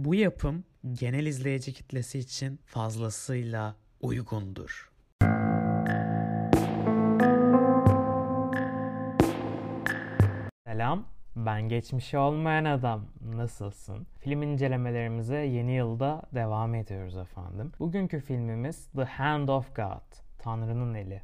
bu yapım genel izleyici kitlesi için fazlasıyla uygundur. Selam, ben geçmişi olmayan adam. Nasılsın? Film incelemelerimize yeni yılda devam ediyoruz efendim. Bugünkü filmimiz The Hand of God, Tanrı'nın eli.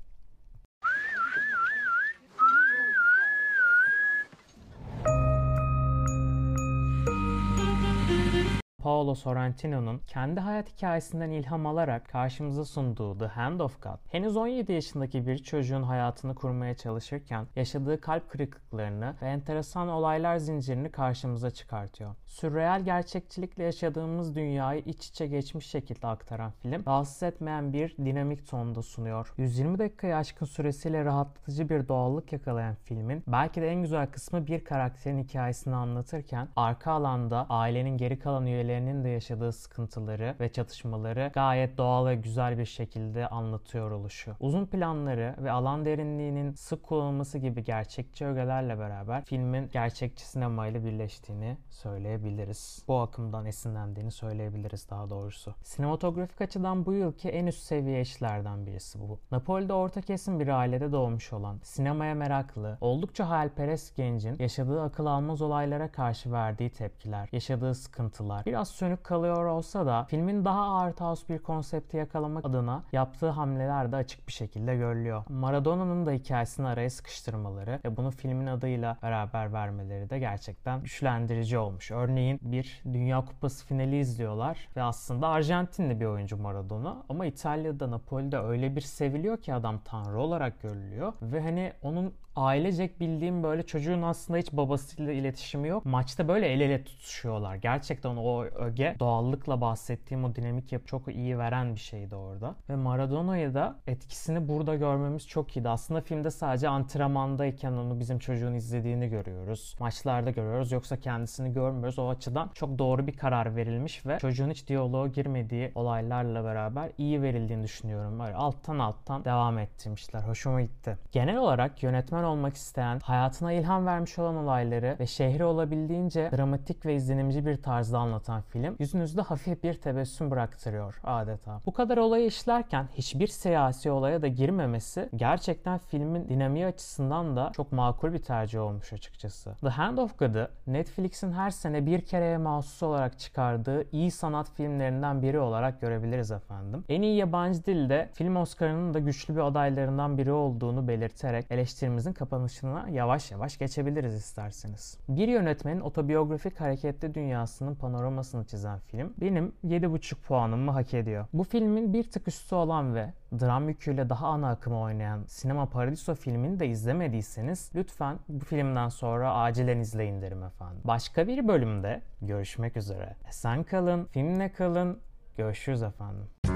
Paolo Sorrentino'nun kendi hayat hikayesinden ilham alarak karşımıza sunduğu The Hand of God, henüz 17 yaşındaki bir çocuğun hayatını kurmaya çalışırken yaşadığı kalp kırıklıklarını ve enteresan olaylar zincirini karşımıza çıkartıyor. Sürreal gerçekçilikle yaşadığımız dünyayı iç içe geçmiş şekilde aktaran film, rahatsız etmeyen bir dinamik tonda sunuyor. 120 dakikayı aşkın süresiyle rahatlatıcı bir doğallık yakalayan filmin belki de en güzel kısmı bir karakterin hikayesini anlatırken arka alanda ailenin geri kalan üyelerinin de yaşadığı sıkıntıları ve çatışmaları gayet doğal ve güzel bir şekilde anlatıyor oluşu. Uzun planları ve alan derinliğinin sık kullanılması gibi gerçekçi ögelerle beraber filmin gerçekçi sinemayla birleştiğini söyleyebiliriz. Bu akımdan esinlendiğini söyleyebiliriz daha doğrusu. Sinematografik açıdan bu yılki en üst seviye işlerden birisi bu. Napoli'de orta kesim bir ailede doğmuş olan, sinemaya meraklı, oldukça hayalperest gencin yaşadığı akıl almaz olaylara karşı verdiği tepkiler, yaşadığı sıkıntılar, biraz sönük kalıyor olsa da filmin daha art house bir konsepti yakalamak adına yaptığı hamleler de açık bir şekilde görülüyor. Maradona'nın da hikayesini araya sıkıştırmaları ve bunu filmin adıyla beraber vermeleri de gerçekten güçlendirici olmuş. Örneğin bir Dünya Kupası finali izliyorlar ve aslında Arjantinli bir oyuncu Maradona ama İtalya'da, Napoli'de öyle bir seviliyor ki adam tanrı olarak görülüyor ve hani onun ailecek bildiğim böyle çocuğun aslında hiç babasıyla iletişimi yok. Maçta böyle el ele tutuşuyorlar. Gerçekten o öge, doğallıkla bahsettiğim o dinamik yapı çok iyi veren bir şeydi orada. Ve Maradona'yı da etkisini burada görmemiz çok iyiydi. Aslında filmde sadece antrenmandayken onu bizim çocuğun izlediğini görüyoruz. Maçlarda görüyoruz. Yoksa kendisini görmüyoruz. O açıdan çok doğru bir karar verilmiş ve çocuğun hiç diyaloğa girmediği olaylarla beraber iyi verildiğini düşünüyorum. Böyle alttan devam ettirmişler. Hoşuma gitti. Genel olarak yönetmen olmak isteyen, hayatına ilham vermiş olan olayları ve şehri olabildiğince dramatik ve izlenimci bir tarzda anlatan film yüzünüzde hafif bir tebessüm bıraktırıyor adeta. Bu kadar olayı işlerken hiçbir siyasi olaya da girmemesi gerçekten filmin dinamiği açısından da çok makul bir tercih olmuş açıkçası. The Hand of God'ı Netflix'in her sene bir kereye mahsus olarak çıkardığı iyi sanat filmlerinden biri olarak görebiliriz efendim. En iyi yabancı dilde film Oscar'ının da güçlü bir adaylarından biri olduğunu belirterek eleştirimizin kapanışına yavaş yavaş geçebiliriz isterseniz. Bir yönetmenin otobiyografik hareketli dünyasının panoramasını çizen film benim 7,5 puanımı hak ediyor. Bu filmin bir tık üstü olan ve dram yüküyle daha ana akımı oynayan Sinema Paradiso filmini de izlemediyseniz lütfen bu filmden sonra acilen izleyin derim efendim. Başka bir bölümde görüşmek üzere. Esen kalın, filmle kalın, görüşürüz efendim.